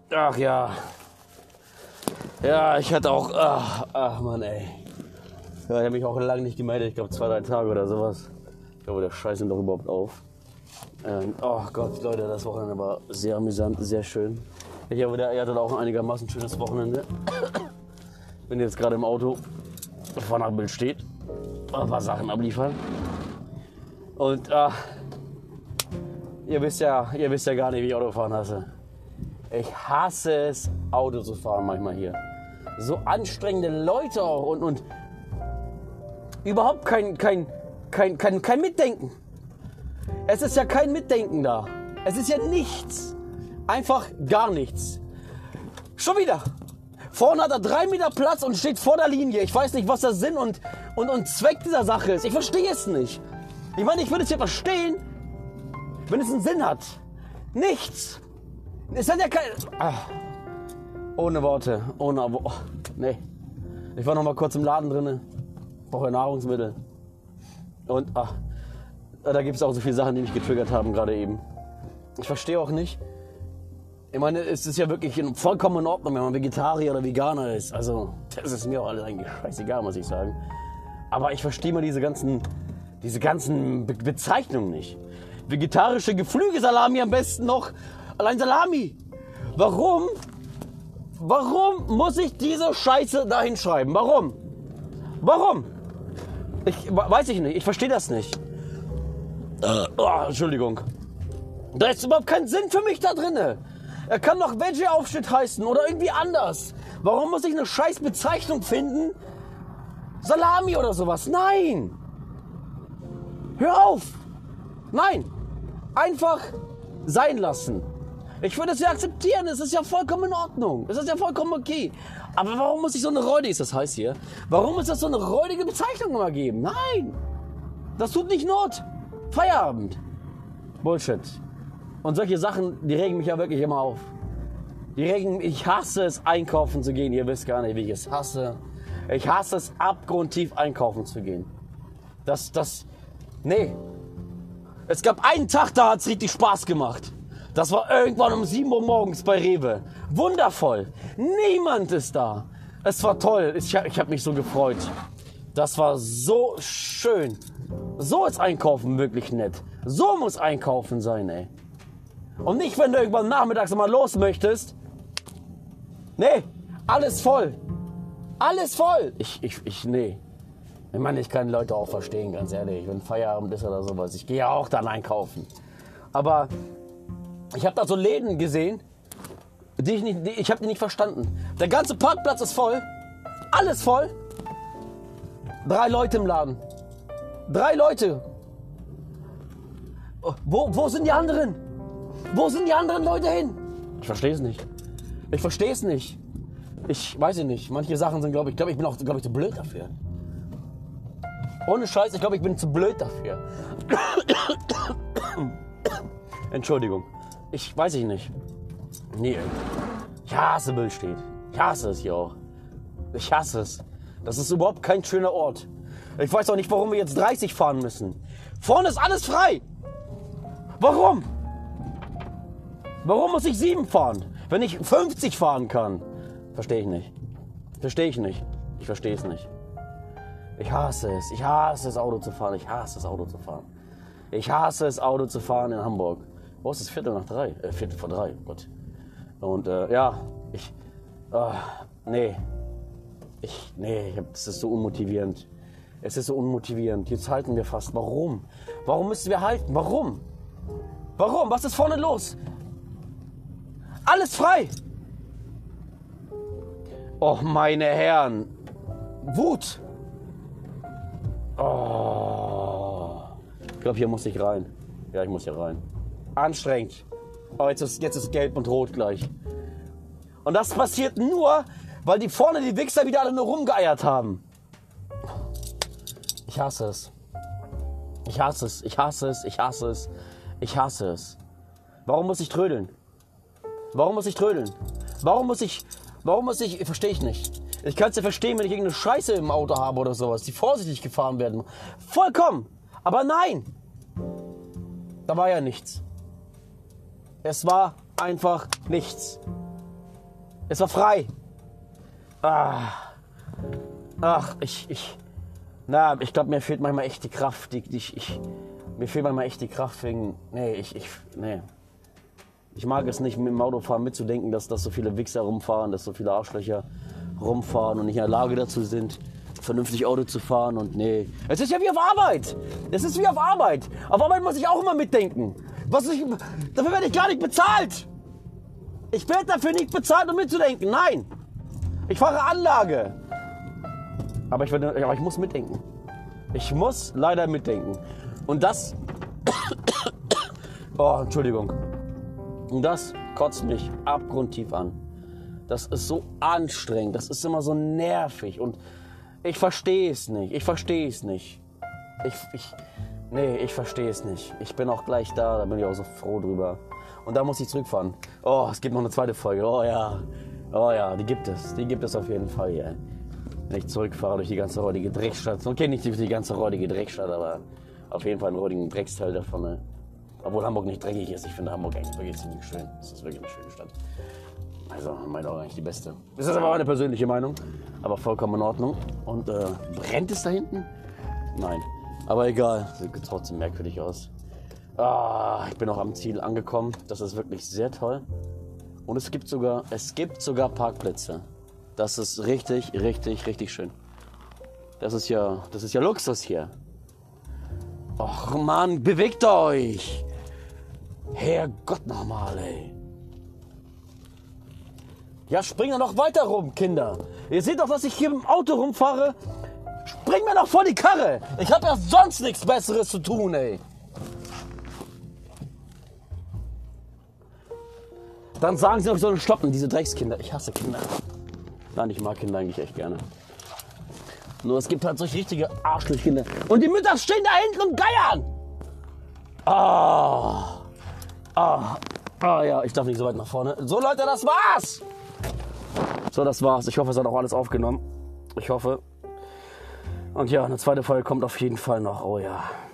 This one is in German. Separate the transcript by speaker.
Speaker 1: Ach ja. Ja, ich hatte auch... Ach Mann, ey. Ja, ich habe mich auch lange nicht gemeldet. Ich glaube 2-3 Tage oder sowas. Ich glaube, der Scheiß nimmt doch überhaupt auf. Oh Gott, Leute, das Wochenende war sehr amüsant, sehr schön. Ich hoffe, ihr hattet auch ein einigermaßen schönes Wochenende. Bin jetzt gerade im Auto. Vor nach Bild steht. Ein paar Sachen abliefern. Und ihr wisst ja gar nicht, wie ich Autofahren hasse. Ich hasse es, Auto zu fahren manchmal hier. So anstrengende Leute auch und überhaupt kein Mitdenken. Es ist ja kein Mitdenken da. Es ist ja nichts. Einfach gar nichts. Schon wieder. Vorne hat er 3 Meter Platz und steht vor der Linie. Ich weiß nicht, was der Sinn und Zweck dieser Sache ist. Ich verstehe es nicht. Ich meine, ich würde es ja verstehen, wenn es einen Sinn hat. Nichts. Es hat ja kein... Ohne Worte. Nee. Ich war noch mal kurz im Laden drin. Brauche Nahrungsmittel. Und da gibt es auch so viele Sachen, die mich getriggert haben gerade eben. Ich verstehe auch nicht. Ich meine, es ist ja wirklich vollkommen in Ordnung, wenn man Vegetarier oder Veganer ist. Also, das ist mir auch alles eigentlich scheißegal, muss ich sagen. Aber ich verstehe mal diese ganzen Bezeichnungen nicht. Vegetarische Geflügelsalami am besten noch. Allein Salami. Warum muss ich diese Scheiße da hinschreiben? Warum? Weiß ich nicht. Ich verstehe das nicht. Entschuldigung. Da ist überhaupt kein Sinn für mich da drinne. Er kann doch Veggie-Aufschnitt heißen oder irgendwie anders. Warum muss ich eine scheiß Bezeichnung finden? Salami oder sowas. Nein. Hör auf. Nein. Einfach sein lassen. Ich würde es ja akzeptieren. Es ist ja vollkommen in Ordnung. Es ist ja vollkommen okay. Aber warum muss ich so eine räudige, ist das heiß hier? Warum muss das so eine räudige Bezeichnung immer geben? Nein. Das tut nicht Not. Feierabend. Bullshit. Und solche Sachen, die regen mich ja wirklich immer auf. Ich hasse es, einkaufen zu gehen. Ihr wisst gar nicht, wie ich es hasse. Ich hasse es, abgrundtief einkaufen zu gehen. Nee. Es gab einen Tag, da hat es richtig Spaß gemacht. Das war irgendwann um 7 Uhr morgens bei Rewe. Wundervoll. Niemand ist da. Es war toll. Ich hab mich so gefreut. Das war so schön. So ist Einkaufen wirklich nett. So muss Einkaufen sein, ey. Und nicht, wenn du irgendwann nachmittags mal los möchtest. Nee, alles voll. Alles voll. Nee. Ich meine, ich kann Leute auch verstehen, ganz ehrlich. Wenn Feierabend ist oder sowas. Ich gehe ja auch dann einkaufen. Aber ich habe da so Läden gesehen, ich habe die nicht verstanden. Der ganze Parkplatz ist voll. Alles voll. 3 Leute im Laden. 3 Leute. Wo sind die anderen? Wo sind die anderen Leute hin? Ich verstehe es nicht. Ich weiß nicht. Manche Sachen sind, ich bin auch, zu blöd dafür. Ohne Scheiß, ich glaube, ich bin zu blöd dafür. Entschuldigung. Weiß ich nicht. Nee. Ich hasse Billstedt. Ich hasse es hier auch. Ich hasse es. Das ist überhaupt kein schöner Ort. Ich weiß auch nicht, warum wir jetzt 30 fahren müssen. Vorne ist alles frei. Warum? Warum muss ich 7 fahren, wenn ich 50 fahren kann? Verstehe ich nicht. Ich verstehe es nicht. Ich hasse es. Ich hasse es, Auto zu fahren. Ich hasse es, Auto zu fahren in Hamburg. Wo ist es? 2:45? 2:45, Gott. Und das ist so unmotivierend. Es ist so unmotivierend. Jetzt halten wir fast. Warum? Warum müssen wir halten? Warum? Was ist vorne los? Alles frei. Oh, meine Herren. Wut. Oh. Ich glaube, hier muss ich rein. Ja, ich muss hier rein. Anstrengend. Oh, jetzt ist gelb und rot gleich. Und das passiert nur, weil die vorne die Wichser wieder alle nur rumgeeiert haben. Ich hasse es. Warum muss ich trödeln? Verstehe ich nicht. Ich kann es ja verstehen, wenn ich irgendeine Scheiße im Auto habe oder sowas, die vorsichtig gefahren werden. Vollkommen. Aber nein. Da war ja nichts. Es war einfach nichts. Es war frei. Ach, ich glaube, mir fehlt manchmal echt die Kraft. Mir fehlt manchmal echt die Kraft wegen, nee. Ich mag es nicht, mit dem Autofahren mitzudenken, dass so viele Wichser rumfahren, dass so viele Arschlöcher rumfahren und nicht in der Lage dazu sind, vernünftig Auto zu fahren. Und nee, es ist ja wie auf Arbeit. Es ist wie auf Arbeit. Auf Arbeit muss ich auch immer mitdenken. Dafür werde ich gar nicht bezahlt. Ich werde dafür nicht bezahlt, um mitzudenken. Nein. Ich fahre Anlage. Aber ich muss mitdenken. Ich muss leider mitdenken. Und das... Oh, Entschuldigung. Und das kotzt mich abgrundtief an. Das ist so anstrengend. Das ist immer so nervig. Und ich verstehe es nicht. Ich verstehe es nicht. Ich verstehe es nicht. Ich bin auch gleich da bin ich auch so froh drüber. Und da muss ich zurückfahren. Oh, es gibt noch eine zweite Folge. Oh ja, die gibt es. Die gibt es auf jeden Fall hier. Wenn ich zurückfahre durch die ganze räudige Drecksstadt. Okay, nicht durch die ganze räudige Drecksstadt, aber auf jeden Fall einen räudigen Drecksteil davon. Ne? Obwohl Hamburg nicht dreckig ist. Ich finde Hamburg eigentlich wirklich ziemlich schön. Es ist wirklich eine schöne Stadt. Also, in meinen Augen eigentlich die beste. Das ist aber meine persönliche Meinung. Aber vollkommen in Ordnung. Und brennt es da hinten? Nein. Aber egal. Sieht trotzdem merkwürdig aus. Ich bin auch am Ziel angekommen. Das ist wirklich sehr toll. Und es gibt sogar Parkplätze. Das ist richtig, richtig, richtig schön. Das ist ja Luxus hier. Och Mann, bewegt euch! Herrgott nochmal, ey. Ja, spring doch noch weiter rum, Kinder. Ihr seht doch, dass ich hier mit dem Auto rumfahre. Spring mir doch vor die Karre. Ich habe ja sonst nichts Besseres zu tun, ey. Dann sagen sie noch, sollen stoppen, diese Dreckskinder. Ich hasse Kinder. Nein, ich mag Kinder eigentlich echt gerne. Nur es gibt halt solche richtige Arschlochkinder. Und die Mütter stehen da hinten und geiern. Ja, ich darf nicht so weit nach vorne. So Leute, das war's. So, das war's. Ich hoffe, es hat auch alles aufgenommen. Ich hoffe. Und ja, eine zweite Folge kommt auf jeden Fall noch. Oh ja.